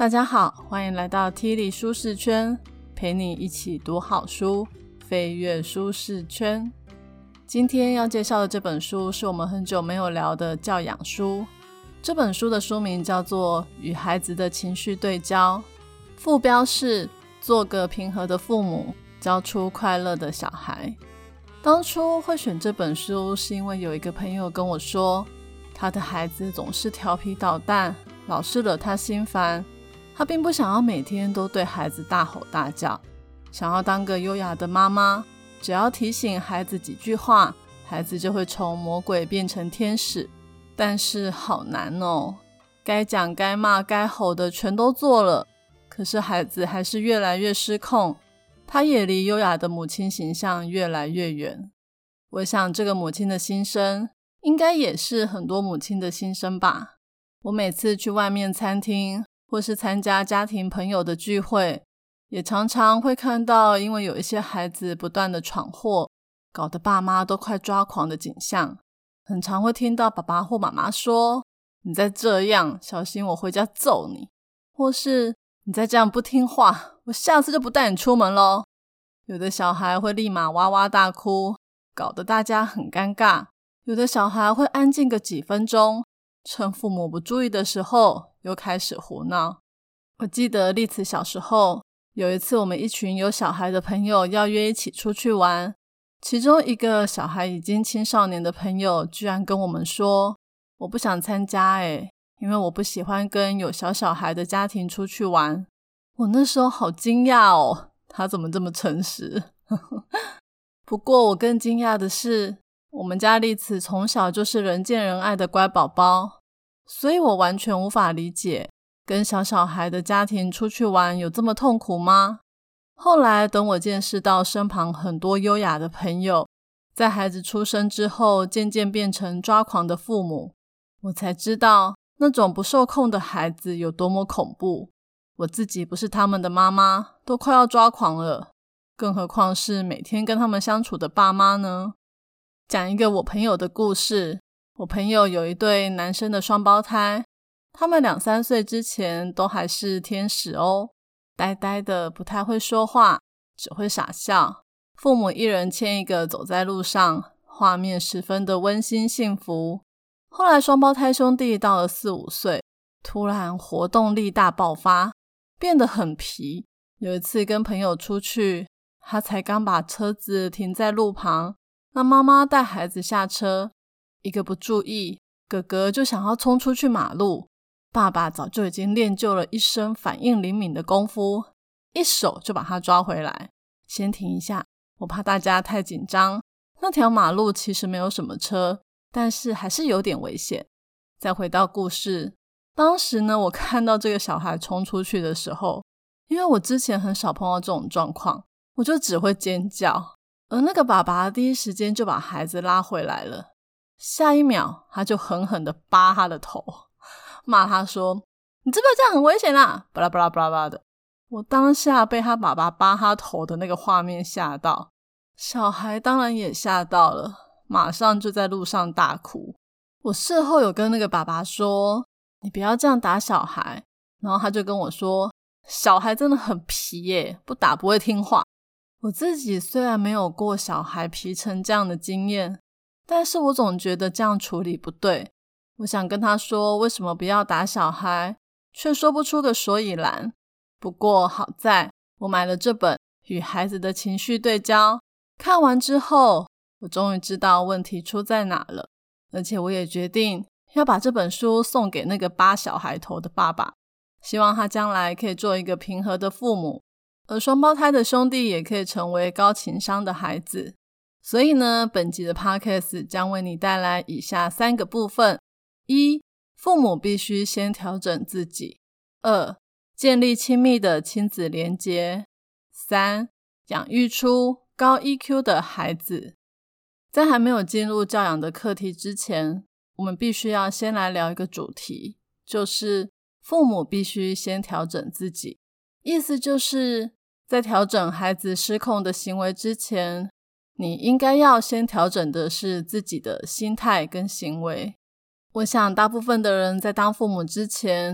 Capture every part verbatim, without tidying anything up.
大家好，欢迎来到 Tilly 舒适圈，陪你一起读好书，飞跃舒适圈。今天要介绍的这本书是我们很久没有聊的教养书。这本书的书名叫做《与孩子的情绪对焦》，副标是做个平和的父母，教出快乐的小孩。当初会选这本书是因为有一个朋友跟我说，他的孩子总是调皮捣蛋，老是惹他心烦，他并不想要每天都对孩子大吼大叫，想要当个优雅的妈妈，只要提醒孩子几句话，孩子就会从魔鬼变成天使。但是好难哦，该讲该骂该吼的全都做了，可是孩子还是越来越失控，他也离优雅的母亲形象越来越远。我想这个母亲的心声应该也是很多母亲的心声吧。我每次去外面餐厅或是参加家庭朋友的聚会，也常常会看到因为有一些孩子不断的闯祸，搞得爸妈都快抓狂的景象。很常会听到爸爸或妈妈说，你再这样小心我回家揍你，或是你再这样不听话，我下次就不带你出门咯。有的小孩会立马哇哇大哭，搞得大家很尴尬。有的小孩会安静个几分钟，趁父母不注意的时候又开始胡闹。我记得丽慈小时候有一次，我们一群有小孩的朋友要约一起出去玩，其中一个小孩已经青少年的朋友居然跟我们说，我不想参加耶，因为我不喜欢跟有小小孩的家庭出去玩。我那时候好惊讶哦，他怎么这么诚实不过我更惊讶的是，我们家丽慈从小就是人见人爱的乖宝宝，所以我完全无法理解跟小小孩的家庭出去玩有这么痛苦吗？后来等我见识到身旁很多优雅的朋友在孩子出生之后渐渐变成抓狂的父母，我才知道那种不受控的孩子有多么恐怖。我自己不是他们的妈妈都快要抓狂了，更何况是每天跟他们相处的爸妈呢？讲一个我朋友的故事。我朋友有一对男生的双胞胎，他们两三岁之前都还是天使哦，呆呆的，不太会说话，只会傻笑，父母一人牵一个走在路上，画面十分的温馨幸福。后来双胞胎兄弟到了四五岁，突然活动力大爆发，变得很皮。有一次跟朋友出去，他才刚把车子停在路旁，让妈妈带孩子下车，一个不注意，哥哥就想要冲出去马路，爸爸早就已经练就了一身反应灵敏的功夫，一手就把他抓回来。先停一下，我怕大家太紧张，那条马路其实没有什么车，但是还是有点危险。再回到故事，当时呢，我看到这个小孩冲出去的时候，因为我之前很少碰到这种状况，我就只会尖叫，而那个爸爸第一时间就把孩子拉回来了。下一秒他就狠狠地扒他的头，骂他说，你知不知道这样很危险啦，巴拉巴拉巴拉巴拉的。我当下被他爸爸扒他头的那个画面吓到，小孩当然也吓到了，马上就在路上大哭。我事后有跟那个爸爸说，你不要这样打小孩，然后他就跟我说，小孩真的很皮耶，不打不会听话。我自己虽然没有过小孩皮成这样的经验，但是我总觉得这样处理不对。我想跟他说为什么不要打小孩，却说不出个所以然。不过好在我买了这本《与孩子的情绪对焦》，看完之后我终于知道问题出在哪了，而且我也决定要把这本书送给那个扒小孩头的爸爸，希望他将来可以做一个平和的父母，而双胞胎的兄弟也可以成为高情商的孩子。所以呢，本集的 Podcast 将为你带来以下三个部分：一、父母必须先调整自己；二、建立亲密的亲子连结；三、养育出高 E Q 的孩子。在还没有进入教养的课题之前，我们必须要先来聊一个主题，就是父母必须先调整自己。意思就是在调整孩子失控的行为之前，你应该要先调整的是自己的心态跟行为。我想大部分的人在当父母之前，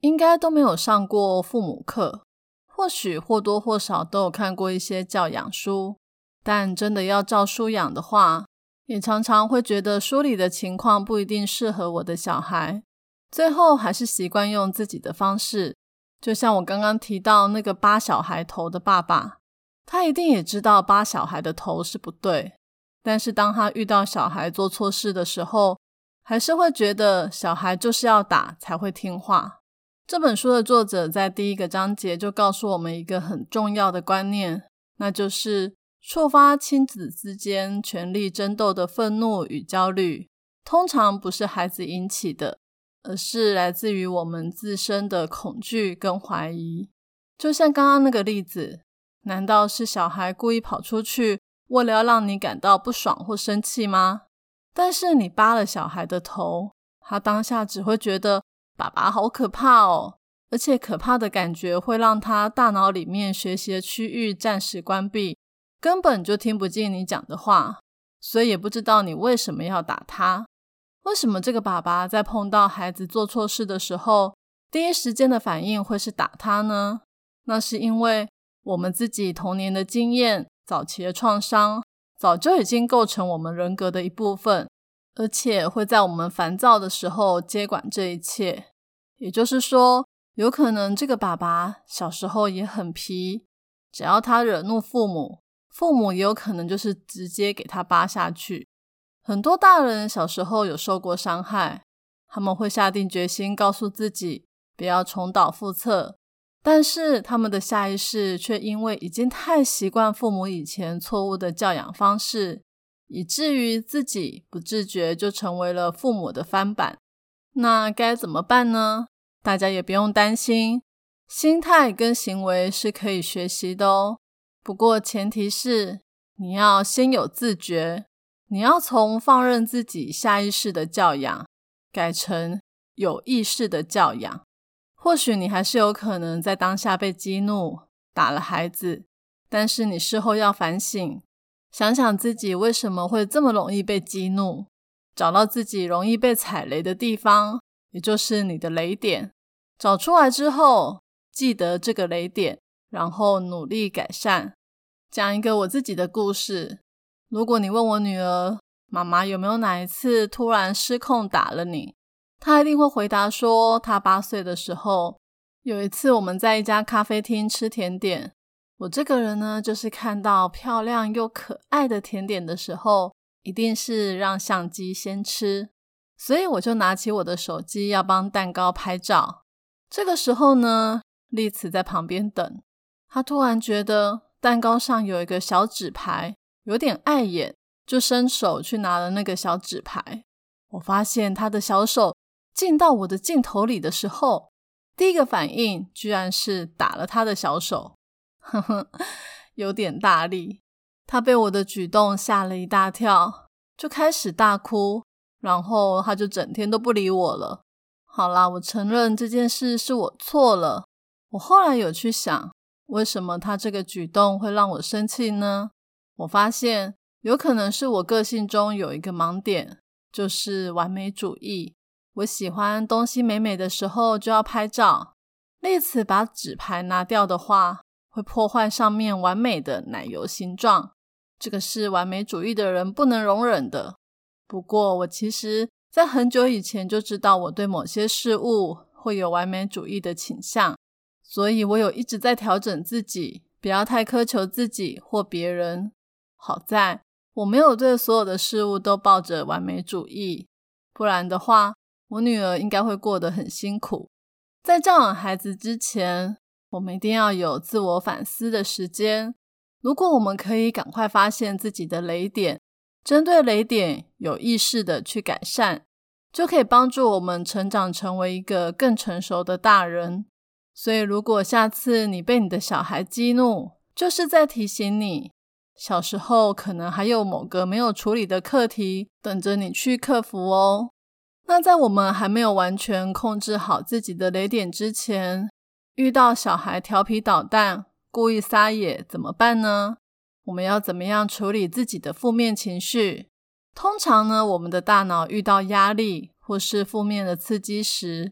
应该都没有上过父母课，或许或多或少都有看过一些教养书，但真的要照书养的话，也常常会觉得书里的情况不一定适合我的小孩，最后还是习惯用自己的方式。就像我刚刚提到那个扒小孩头的爸爸，他一定也知道扒小孩的头是不对，但是当他遇到小孩做错事的时候，还是会觉得小孩就是要打才会听话。这本书的作者在第一个章节就告诉我们一个很重要的观念，那就是触发亲子之间权力争斗的愤怒与焦虑，通常不是孩子引起的，而是来自于我们自身的恐惧跟怀疑。就像刚刚那个例子，难道是小孩故意跑出去，为了要让你感到不爽或生气吗？但是你扒了小孩的头，他当下只会觉得爸爸好可怕哦，而且可怕的感觉会让他大脑里面学习的区域暂时关闭，根本就听不进你讲的话，所以也不知道你为什么要打他。为什么这个爸爸在碰到孩子做错事的时候，第一时间的反应会是打他呢？那是因为我们自己童年的经验、早期的创伤，早就已经构成我们人格的一部分，而且会在我们烦躁的时候接管这一切。也就是说，有可能这个爸爸小时候也很皮，只要他惹怒父母，父母也有可能就是直接给他扒下去。很多大人小时候有受过伤害，他们会下定决心告诉自己不要重蹈覆辙，但是他们的下意识却因为已经太习惯父母以前错误的教养方式，以至于自己不自觉就成为了父母的翻版。那该怎么办呢？大家也不用担心，心态跟行为是可以学习的哦。不过前提是你要先有自觉，你要从放任自己下意识的教养，改成有意识的教养。或许你还是有可能在当下被激怒，打了孩子，但是你事后要反省，想想自己为什么会这么容易被激怒，找到自己容易被踩雷的地方，也就是你的雷点。找出来之后，记得这个雷点，然后努力改善。讲一个我自己的故事，如果你问我女儿，妈妈有没有哪一次突然失控打了你？她一定会回答说，她八岁的时候，有一次我们在一家咖啡厅吃甜点，我这个人呢，就是看到漂亮又可爱的甜点的时候，一定是让相机先吃，所以我就拿起我的手机要帮蛋糕拍照。这个时候呢，丽慈在旁边等，她突然觉得蛋糕上有一个小纸牌，有点碍眼，就伸手去拿了那个小纸牌。我发现她的小手进到我的镜头里的时候，第一个反应居然是打了她的小手，呵呵，有点大力。她被我的举动吓了一大跳，就开始大哭，然后她就整天都不理我了。好啦，我承认这件事是我错了。我后来有去想，为什么她这个举动会让我生气呢？我发现有可能是我个性中有一个盲点，就是完美主义。我喜欢东西美美的时候就要拍照，丽慈把纸牌拿掉的话，会破坏上面完美的奶油形状，这个是完美主义的人不能容忍的。不过我其实在很久以前就知道我对某些事物会有完美主义的倾向，所以我有一直在调整自己，不要太苛求自己或别人。好在我没有对所有的事物都抱着完美主义，不然的话我女儿应该会过得很辛苦。在教养孩子之前，我们一定要有自我反思的时间。如果我们可以赶快发现自己的雷点，针对雷点有意识的去改善，就可以帮助我们成长成为一个更成熟的大人。所以如果下次你被你的小孩激怒，就是在提醒你，小时候可能还有某个没有处理的课题等着你去克服哦。那在我们还没有完全控制好自己的雷点之前，遇到小孩调皮捣蛋、故意撒野怎么办呢？我们要怎么样处理自己的负面情绪？通常呢，我们的大脑遇到压力或是负面的刺激时，会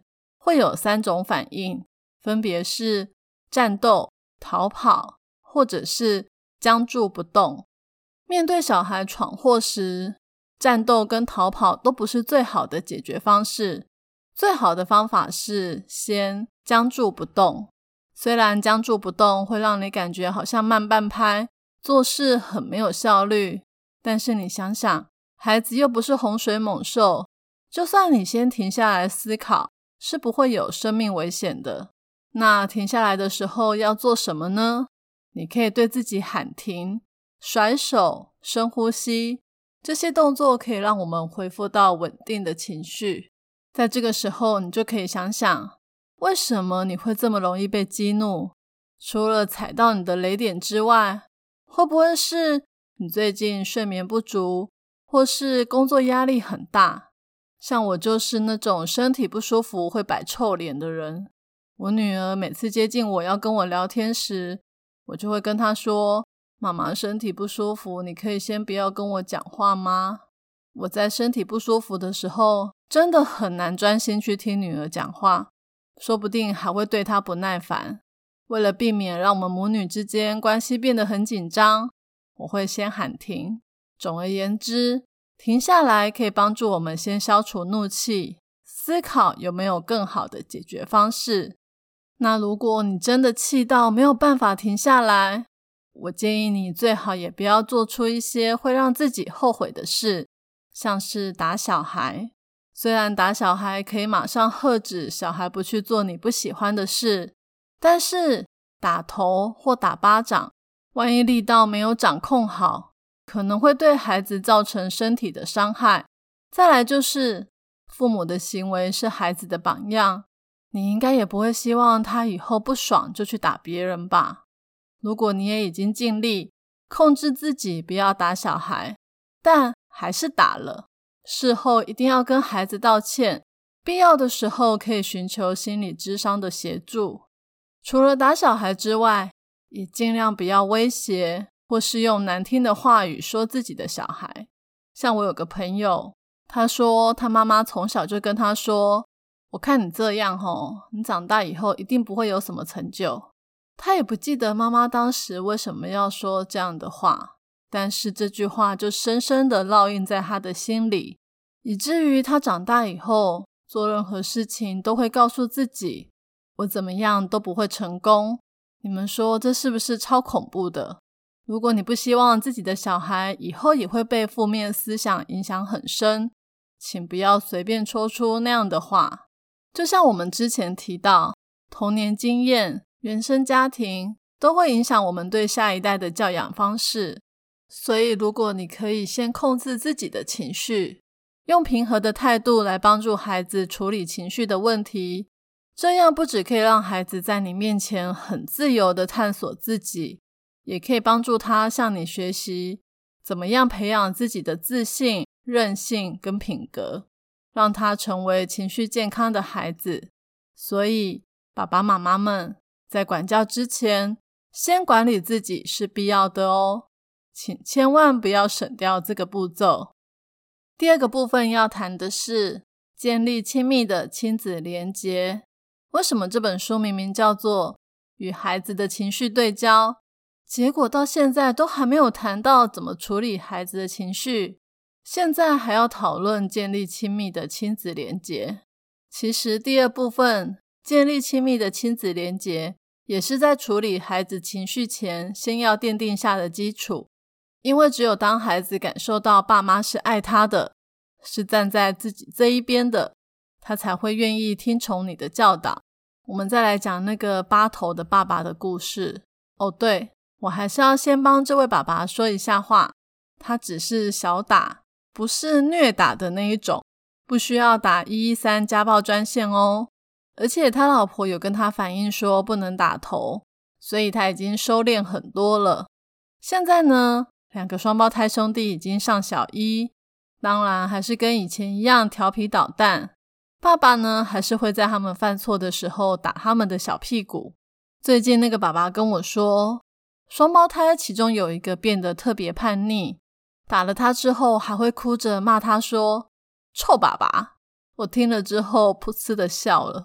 会有三种反应，分别是战斗、逃跑，或者是僵住不动。面对小孩闯祸时，战斗跟逃跑都不是最好的解决方式，最好的方法是先僵住不动。虽然僵住不动会让你感觉好像慢半拍，做事很没有效率，但是你想想，孩子又不是洪水猛兽，就算你先停下来思考，是不会有生命危险的。那停下来的时候要做什么呢？你可以对自己喊停，甩手，深呼吸，这些动作可以让我们恢复到稳定的情绪。在这个时候，你就可以想想，为什么你会这么容易被激怒？除了踩到你的雷点之外，会不会是你最近睡眠不足，或是工作压力很大？像我就是那种身体不舒服会摆臭脸的人。我女儿每次接近我要跟我聊天时，我就会跟她说，妈妈身体不舒服，你可以先不要跟我讲话吗？我在身体不舒服的时候，真的很难专心去听女儿讲话，说不定还会对她不耐烦。为了避免让我们母女之间关系变得很紧张，我会先喊停。总而言之，停下来可以帮助我们先消除怒气，思考有没有更好的解决方式。那如果你真的气到没有办法停下来，我建议你最好也不要做出一些会让自己后悔的事，像是打小孩。虽然打小孩可以马上喝止小孩不去做你不喜欢的事，但是打头或打巴掌，万一力道没有掌控好，可能会对孩子造成身体的伤害。再来就是父母的行为是孩子的榜样，你应该也不会希望他以后不爽就去打别人吧。如果你也已经尽力控制自己不要打小孩，但还是打了，事后一定要跟孩子道歉，必要的时候可以寻求心理咨商的协助。除了打小孩之外，也尽量不要威胁或是用难听的话语说自己的小孩。像我有个朋友，他说他妈妈从小就跟他说，我看你这样齁，你长大以后一定不会有什么成就。他也不记得妈妈当时为什么要说这样的话，但是这句话就深深地烙印在他的心里，以至于他长大以后做任何事情都会告诉自己，我怎么样都不会成功。你们说这是不是超恐怖的？如果你不希望自己的小孩以后也会被负面思想影响很深，请不要随便说出那样的话。就像我们之前提到，童年经验、原生家庭都会影响我们对下一代的教养方式。所以如果你可以先控制自己的情绪，用平和的态度来帮助孩子处理情绪的问题，这样不只可以让孩子在你面前很自由地探索自己，也可以帮助他向你学习怎么样培养自己的自信、韧性跟品格，让他成为情绪健康的孩子。所以爸爸妈妈们在管教之前，先管理自己是必要的哦，请千万不要省掉这个步骤。第二个部分要谈的是建立亲密的亲子连结。为什么这本书明明叫做与孩子的情绪对焦，结果到现在都还没有谈到怎么处理孩子的情绪，现在还要讨论建立亲密的亲子连结？其实第二部分建立亲密的亲子连结也是在处理孩子情绪前先要奠定下的基础，因为只有当孩子感受到爸妈是爱他的，是站在自己这一边的，他才会愿意听从你的教导。我们再来讲那个八头的爸爸的故事。哦对，我还是要先帮这位爸爸说一下话，他只是小打，不是虐打的那一种，不需要打一一三家暴专线哦。而且他老婆有跟他反映说不能打头，所以他已经收敛很多了。现在呢，两个双胞胎兄弟已经上小一，当然还是跟以前一样调皮捣蛋，爸爸呢还是会在他们犯错的时候打他们的小屁股。最近那个爸爸跟我说，双胞胎其中有一个变得特别叛逆，打了他之后还会哭着骂他说臭爸爸。我听了之后噗嗤的笑了，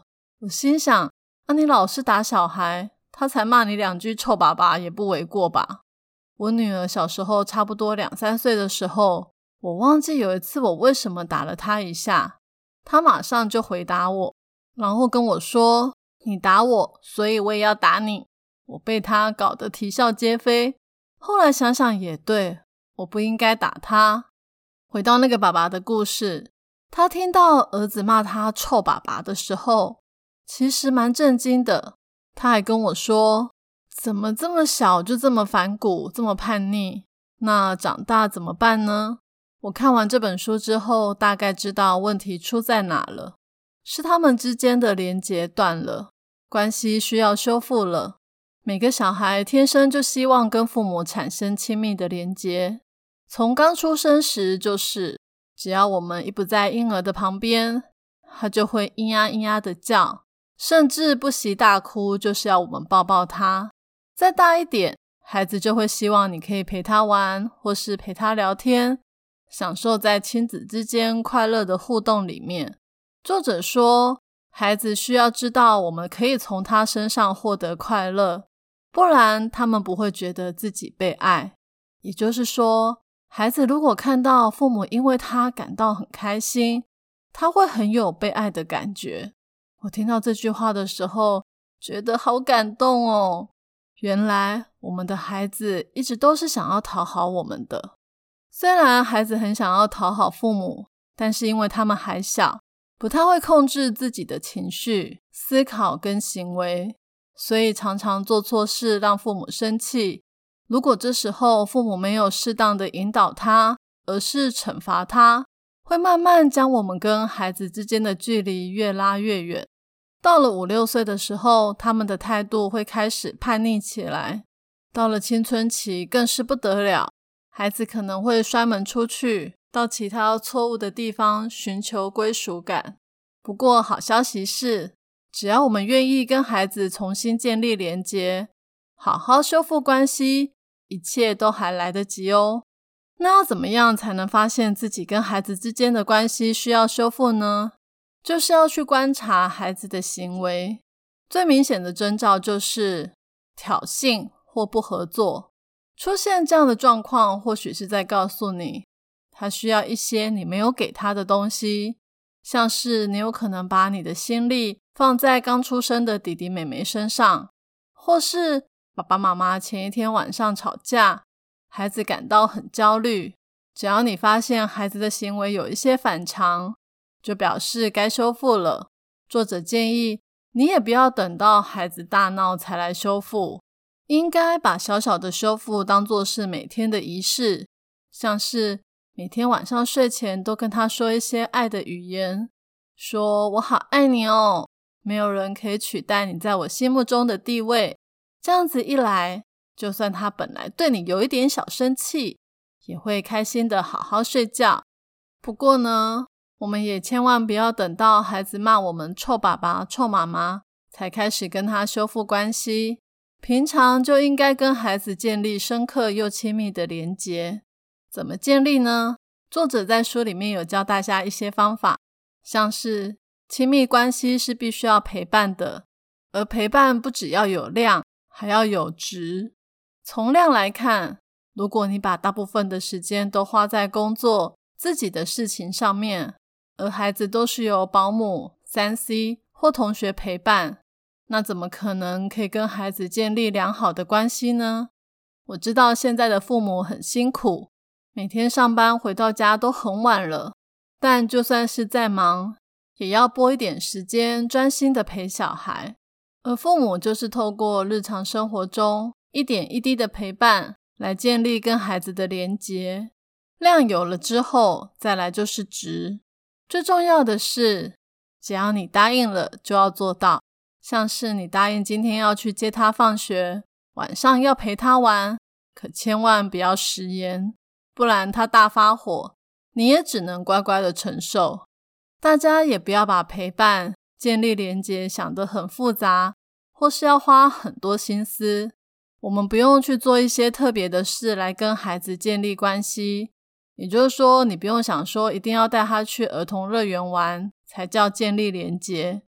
我心想，啊，你老是打小孩，他才骂你两句臭爸爸也不为过吧。我女儿小时候差不多两三岁的时候，我忘记有一次我为什么打了她一下，她马上就回答我，然后跟我说，你打我，所以我也要打你。我被她搞得啼笑皆非。后来想想也对，我不应该打她。回到那个爸爸的故事，他听到儿子骂他臭爸爸的时候，其实蛮震惊的。他还跟我说，怎么这么小就这么反骨，这么叛逆，那长大怎么办呢？我看完这本书之后，大概知道问题出在哪了，是他们之间的连结断了，关系需要修复了。每个小孩天生就希望跟父母产生亲密的连结，从刚出生时就是，只要我们一不在婴儿的旁边，他就会咿呀咿呀的叫，甚至不惜大哭，就是要我们抱抱他。再大一点，孩子就会希望你可以陪他玩，或是陪他聊天，享受在亲子之间快乐的互动里面。作者说，孩子需要知道我们可以从他身上获得快乐，不然他们不会觉得自己被爱。也就是说，孩子如果看到父母因为他感到很开心，他会很有被爱的感觉。我听到这句话的时候，觉得好感动哦。原来我们的孩子一直都是想要讨好我们的。虽然孩子很想要讨好父母，但是因为他们还小，不太会控制自己的情绪、思考跟行为，所以常常做错事让父母生气。如果这时候父母没有适当的引导他，而是惩罚他，会慢慢将我们跟孩子之间的距离越拉越远。到了五六岁的时候，他们的态度会开始叛逆起来。到了青春期更是不得了，孩子可能会摔门出去，到其他错误的地方寻求归属感。不过好消息是，只要我们愿意跟孩子重新建立连结，好好修复关系，一切都还来得及哦。那要怎么样才能发现自己跟孩子之间的关系需要修复呢？就是要去观察孩子的行为。最明显的征兆就是挑衅或不合作。出现这样的状况，或许是在告诉你，他需要一些你没有给他的东西，像是你有可能把你的心力放在刚出生的弟弟妹妹身上，或是爸爸妈妈前一天晚上吵架，孩子感到很焦虑。只要你发现孩子的行为有一些反常，就表示该修复了。作者建议你也不要等到孩子大闹才来修复，应该把小小的修复当作是每天的仪式，像是每天晚上睡前都跟他说一些爱的语言，说我好爱你哦，没有人可以取代你在我心目中的地位。这样子一来，就算他本来对你有一点小生气，也会开心的好好睡觉。不过呢，我们也千万不要等到孩子骂我们臭爸爸、臭妈妈，才开始跟他修复关系。平常就应该跟孩子建立深刻又亲密的连结。怎么建立呢？作者在书里面有教大家一些方法，像是亲密关系是必须要陪伴的，而陪伴不只要有量，还要有质。从量来看，如果你把大部分的时间都花在工作、自己的事情上面，而孩子都是由保姆、三 C 或同学陪伴，那怎么可能可以跟孩子建立良好的关系呢？我知道现在的父母很辛苦，每天上班回到家都很晚了，但就算是再忙，也要拨一点时间专心的陪小孩。而父母就是透过日常生活中一点一滴的陪伴，来建立跟孩子的连结。量有了之后，再来就是质。最重要的是，只要你答应了就要做到。像是你答应今天要去接他放学，晚上要陪他玩，可千万不要食言，不然他大发火，你也只能乖乖的承受。大家也不要把陪伴、建立连结想得很复杂，或是要花很多心思。我们不用去做一些特别的事来跟孩子建立关系，也就是说，你不用想说一定要带他去儿童乐园玩才叫建立连结。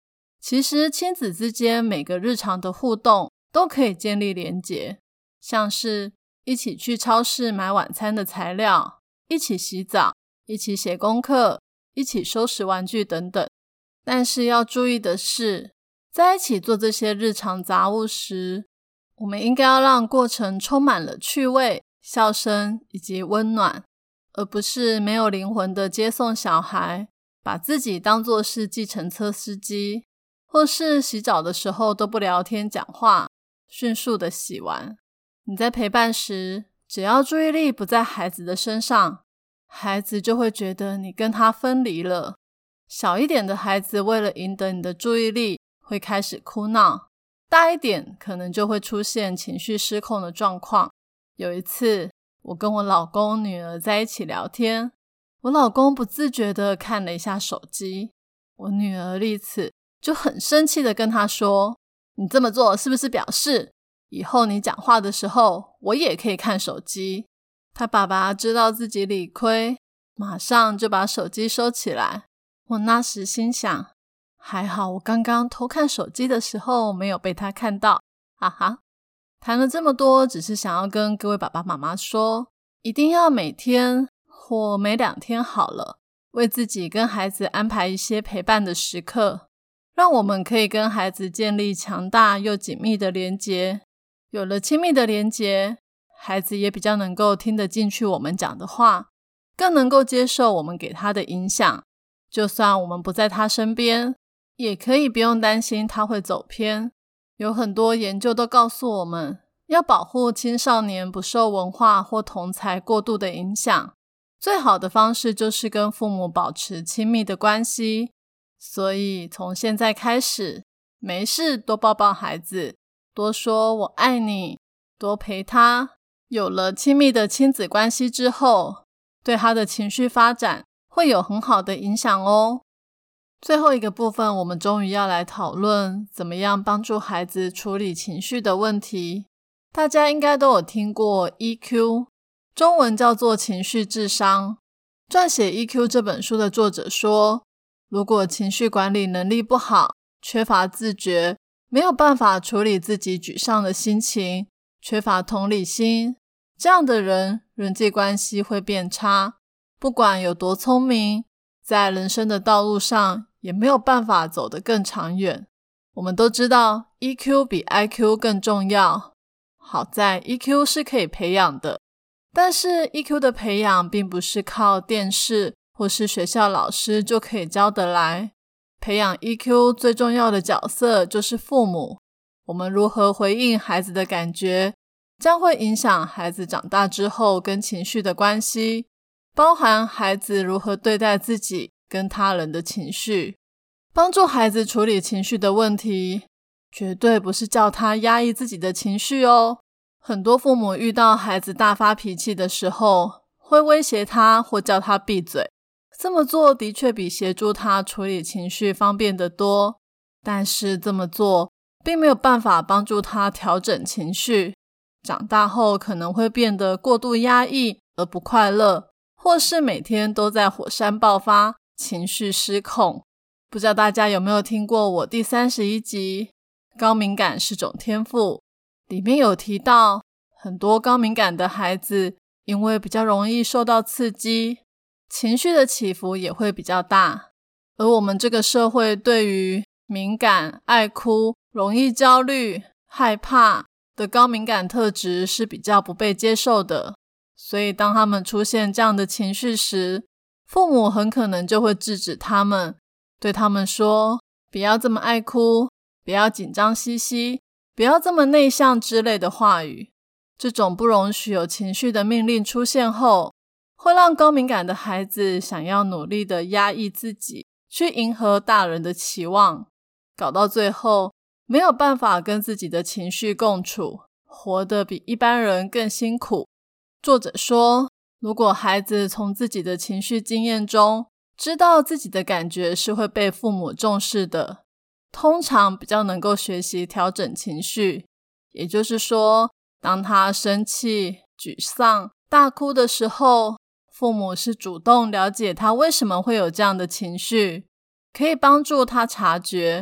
其实亲子之间每个日常的互动都可以建立连结，像是一起去超市买晚餐的材料，一起洗澡，一起写功课，一起收拾玩具等等。但是要注意的是，在一起做这些日常杂物时，我们应该要让过程充满了趣味、笑声以及温暖，而不是没有灵魂的接送小孩，把自己当作是计程车司机，或是洗澡的时候都不聊天讲话，迅速的洗完。你在陪伴时，只要注意力不在孩子的身上，孩子就会觉得你跟他分离了。小一点的孩子为了赢得你的注意力，会开始哭闹，大一点可能就会出现情绪失控的状况。有一次，我跟我老公女儿在一起聊天，我老公不自觉地看了一下手机，我女儿丽此就很生气地跟他说，你这么做是不是表示以后你讲话的时候我也可以看手机？他爸爸知道自己理亏，马上就把手机收起来。我那时心想，还好我刚刚偷看手机的时候没有被他看到，哈哈。谈了这么多，只是想要跟各位爸爸妈妈说，一定要每天或每两天好了，为自己跟孩子安排一些陪伴的时刻，让我们可以跟孩子建立强大又紧密的连结。有了亲密的连结，孩子也比较能够听得进去我们讲的话，更能够接受我们给他的影响。就算我们不在他身边，也可以不用担心他会走偏。有很多研究都告诉我们，要保护青少年不受文化或同侪过度的影响，最好的方式就是跟父母保持亲密的关系。所以从现在开始，没事多抱抱孩子，多说我爱你，多陪他。有了亲密的亲子关系之后，对他的情绪发展会有很好的影响哦。最后一个部分，我们终于要来讨论怎么样帮助孩子处理情绪的问题。大家应该都有听过 E Q， 中文叫做情绪智商。撰写 E Q 这本书的作者说，如果情绪管理能力不好，缺乏自觉，没有办法处理自己沮丧的心情，缺乏同理心，这样的人人际关系会变差，不管有多聪明，在人生的道路上也没有办法走得更长远。我们都知道 E Q 比 I Q 更重要，好在 E Q 是可以培养的，但是 E Q 的培养并不是靠电视或是学校老师就可以教得来。培养 E Q 最重要的角色就是父母，我们如何回应孩子的感觉，将会影响孩子长大之后跟情绪的关系，包含孩子如何对待自己跟他人的情绪。帮助孩子处理情绪的问题，绝对不是叫他压抑自己的情绪哦。很多父母遇到孩子大发脾气的时候，会威胁他或叫他闭嘴，这么做的确比协助他处理情绪方便得多，但是这么做并没有办法帮助他调整情绪，长大后可能会变得过度压抑而不快乐，或是每天都在火山爆发，情绪失控。不知道大家有没有听过我第三十一集高敏感是种天赋，里面有提到很多高敏感的孩子因为比较容易受到刺激，情绪的起伏也会比较大，而我们这个社会对于敏感、爱哭、容易焦虑、害怕的高敏感特质是比较不被接受的，所以当他们出现这样的情绪时，父母很可能就会制止他们，对他们说不要这么爱哭，不要紧张兮兮，不要这么内向之类的话语。这种不容许有情绪的命令出现后，会让高敏感的孩子想要努力的压抑自己，去迎合大人的期望，搞到最后没有办法跟自己的情绪共处，活得比一般人更辛苦。作者说，如果孩子从自己的情绪经验中知道自己的感觉是会被父母重视的，通常比较能够学习调整情绪。也就是说，当他生气、沮丧、大哭的时候，父母是主动了解他为什么会有这样的情绪，可以帮助他察觉，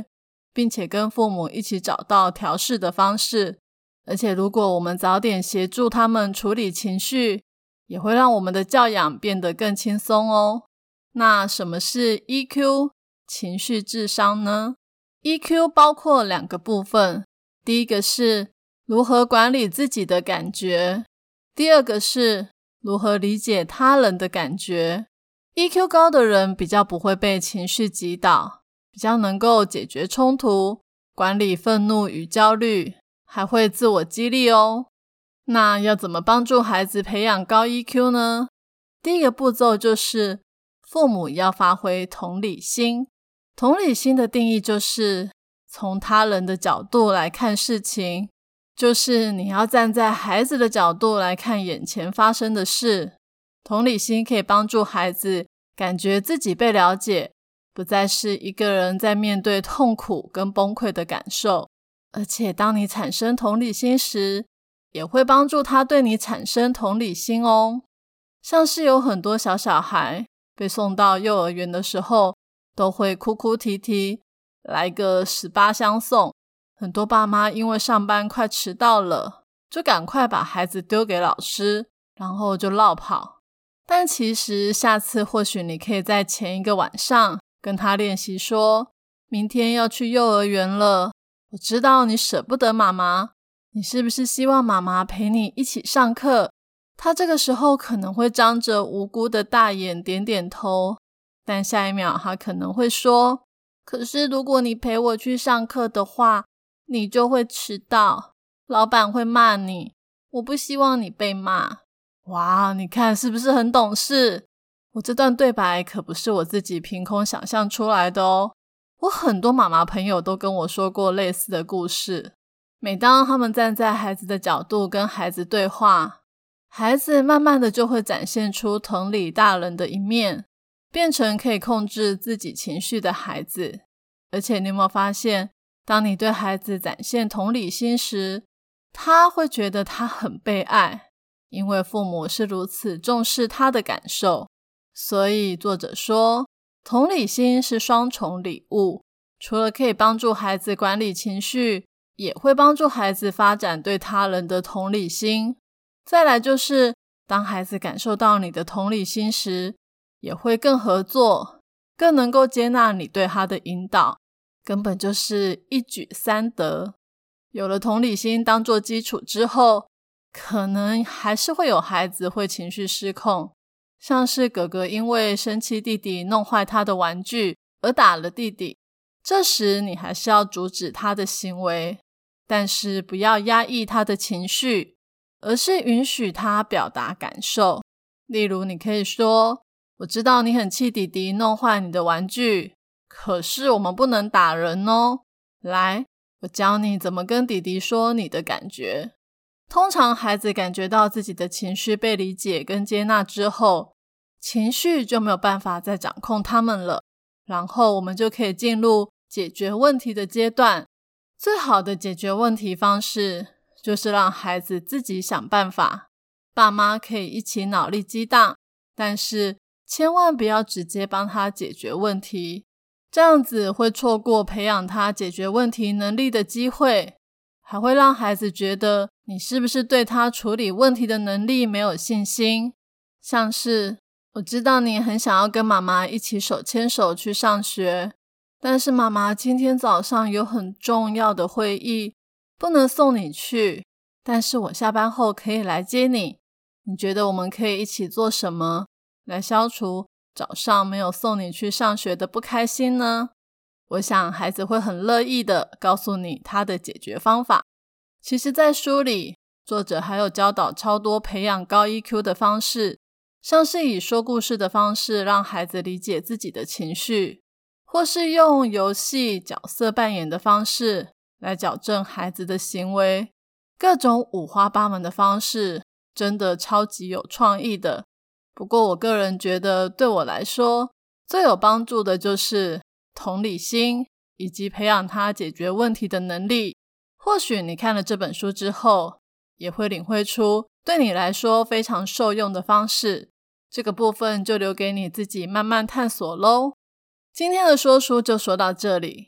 并且跟父母一起找到调适的方式。而且如果我们早点协助他们处理情绪，也会让我们的教养变得更轻松哦。那什么是 E Q 情绪智商呢？ E Q 包括两个部分，第一个是如何管理自己的感觉，第二个是如何理解他人的感觉。 E Q 高的人比较不会被情绪击倒，比较能够解决冲突，管理愤怒与焦虑，还会自我激励哦。那要怎么帮助孩子培养高 E Q 呢？第一个步骤就是父母要发挥同理心。同理心的定义就是从他人的角度来看事情，就是你要站在孩子的角度来看眼前发生的事。同理心可以帮助孩子感觉自己被了解，不再是一个人在面对痛苦跟崩溃的感受。而且当你产生同理心时，也会帮助他对你产生同理心哦。像是有很多小小孩被送到幼儿园的时候，都会哭哭啼啼，来个十八相送。很多爸妈因为上班快迟到了，就赶快把孩子丢给老师，然后就落跑。但其实下次或许你可以在前一个晚上跟他练习说，明天要去幼儿园了，我知道你舍不得妈妈，你是不是希望妈妈陪你一起上课？他这个时候可能会张着无辜的大眼点点头，但下一秒他可能会说，可是如果你陪我去上课的话，你就会迟到，老板会骂你，我不希望你被骂。哇，你看是不是很懂事？我这段对白可不是我自己凭空想象出来的哦，我很多妈妈朋友都跟我说过类似的故事。每当他们站在孩子的角度跟孩子对话，孩子慢慢的就会展现出同理大人的一面，变成可以控制自己情绪的孩子。而且你有没有发现，当你对孩子展现同理心时，他会觉得他很被爱，因为父母是如此重视他的感受。所以作者说，同理心是双重礼物，除了可以帮助孩子管理情绪，也会帮助孩子发展对他人的同理心。再来就是，当孩子感受到你的同理心时，也会更合作，更能够接纳你对他的引导，根本就是一举三得。有了同理心当作基础之后，可能还是会有孩子会情绪失控，像是哥哥因为生气弟弟弄坏他的玩具而打了弟弟，这时你还是要阻止他的行为，但是不要压抑他的情绪，而是允许他表达感受。例如你可以说，我知道你很气弟弟弄坏你的玩具，可是我们不能打人哦，来，我教你怎么跟弟弟说你的感觉。通常孩子感觉到自己的情绪被理解跟接纳之后，情绪就没有办法再掌控他们了，然后我们就可以进入解决问题的阶段。最好的解决问题方式就是让孩子自己想办法，爸妈可以一起脑力激荡，但是千万不要直接帮他解决问题，这样子会错过培养他解决问题能力的机会，还会让孩子觉得你是不是对他处理问题的能力没有信心。像是，我知道你很想要跟妈妈一起手牵手去上学，但是妈妈今天早上有很重要的会议，不能送你去，但是我下班后可以来接你，你觉得我们可以一起做什么来消除早上没有送你去上学的不开心呢？我想孩子会很乐意的告诉你他的解决方法。其实在书里，作者还有教导超多培养高 E Q 的方式，像是以说故事的方式让孩子理解自己的情绪，或是用游戏角色扮演的方式来矫正孩子的行为，各种五花八门的方式，真的超级有创意的。不过我个人觉得，对我来说最有帮助的就是同理心，以及培养他解决问题的能力。或许你看了这本书之后，也会领会出对你来说非常受用的方式，这个部分就留给你自己慢慢探索咯。今天的说书就说到这里，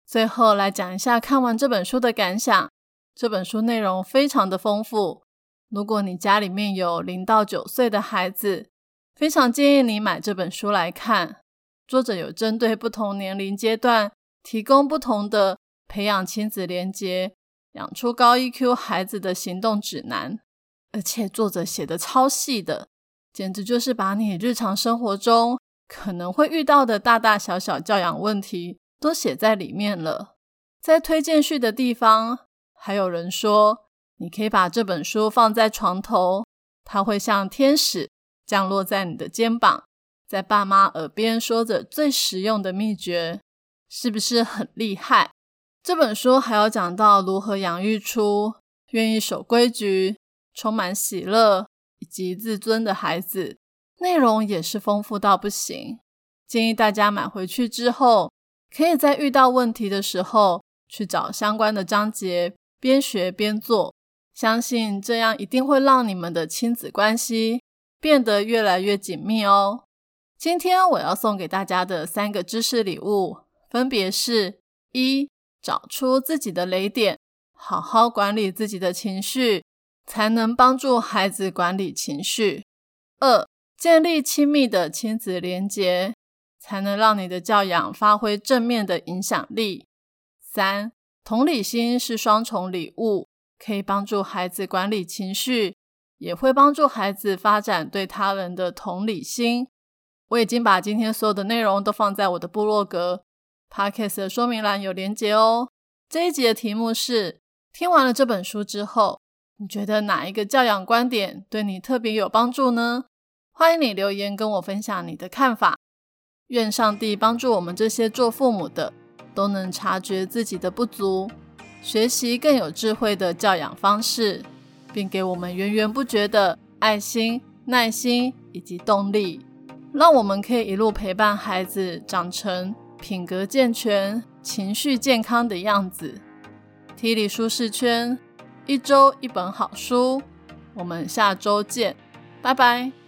最后来讲一下看完这本书的感想。这本书内容非常的丰富，如果你家里面有零到九岁的孩子，非常建议你买这本书来看。作者有针对不同年龄阶段提供不同的培养亲子连结，养出高 E Q 孩子的行动指南，而且作者写得超细的，简直就是把你日常生活中可能会遇到的大大小小教养问题都写在里面了。在推荐序的地方，还有人说你可以把这本书放在床头，它会像天使降落在你的肩膀，在爸妈耳边说着最实用的秘诀，是不是很厉害？这本书还有讲到如何养育出愿意守规矩、充满喜乐以及自尊的孩子，内容也是丰富到不行。建议大家买回去之后，可以在遇到问题的时候去找相关的章节，边学边做，相信这样一定会让你们的亲子关系变得越来越紧密哦。今天我要送给大家的三个知识礼物，分别是：一、找出自己的雷点，好好管理自己的情绪，才能帮助孩子管理情绪；二、建立亲密的亲子连结，才能让你的教养发挥正面的影响力；三、同理心是双重礼物，可以帮助孩子管理情绪，也会帮助孩子发展对他人的同理心。我已经把今天所有的内容都放在我的部落格 Podcast 的说明栏有连结哦。这一集的题目是：听完了这本书之后，你觉得哪一个教养观点对你特别有帮助呢？欢迎你留言跟我分享你的看法。愿上帝帮助我们这些做父母的都能察觉自己的不足，学习更有智慧的教养方式，并给我们源源不绝的爱心、耐心以及动力，让我们可以一路陪伴孩子长成品格健全、情绪健康的样子。T 里舒适圈，一周一本好书，我们下周见，拜拜。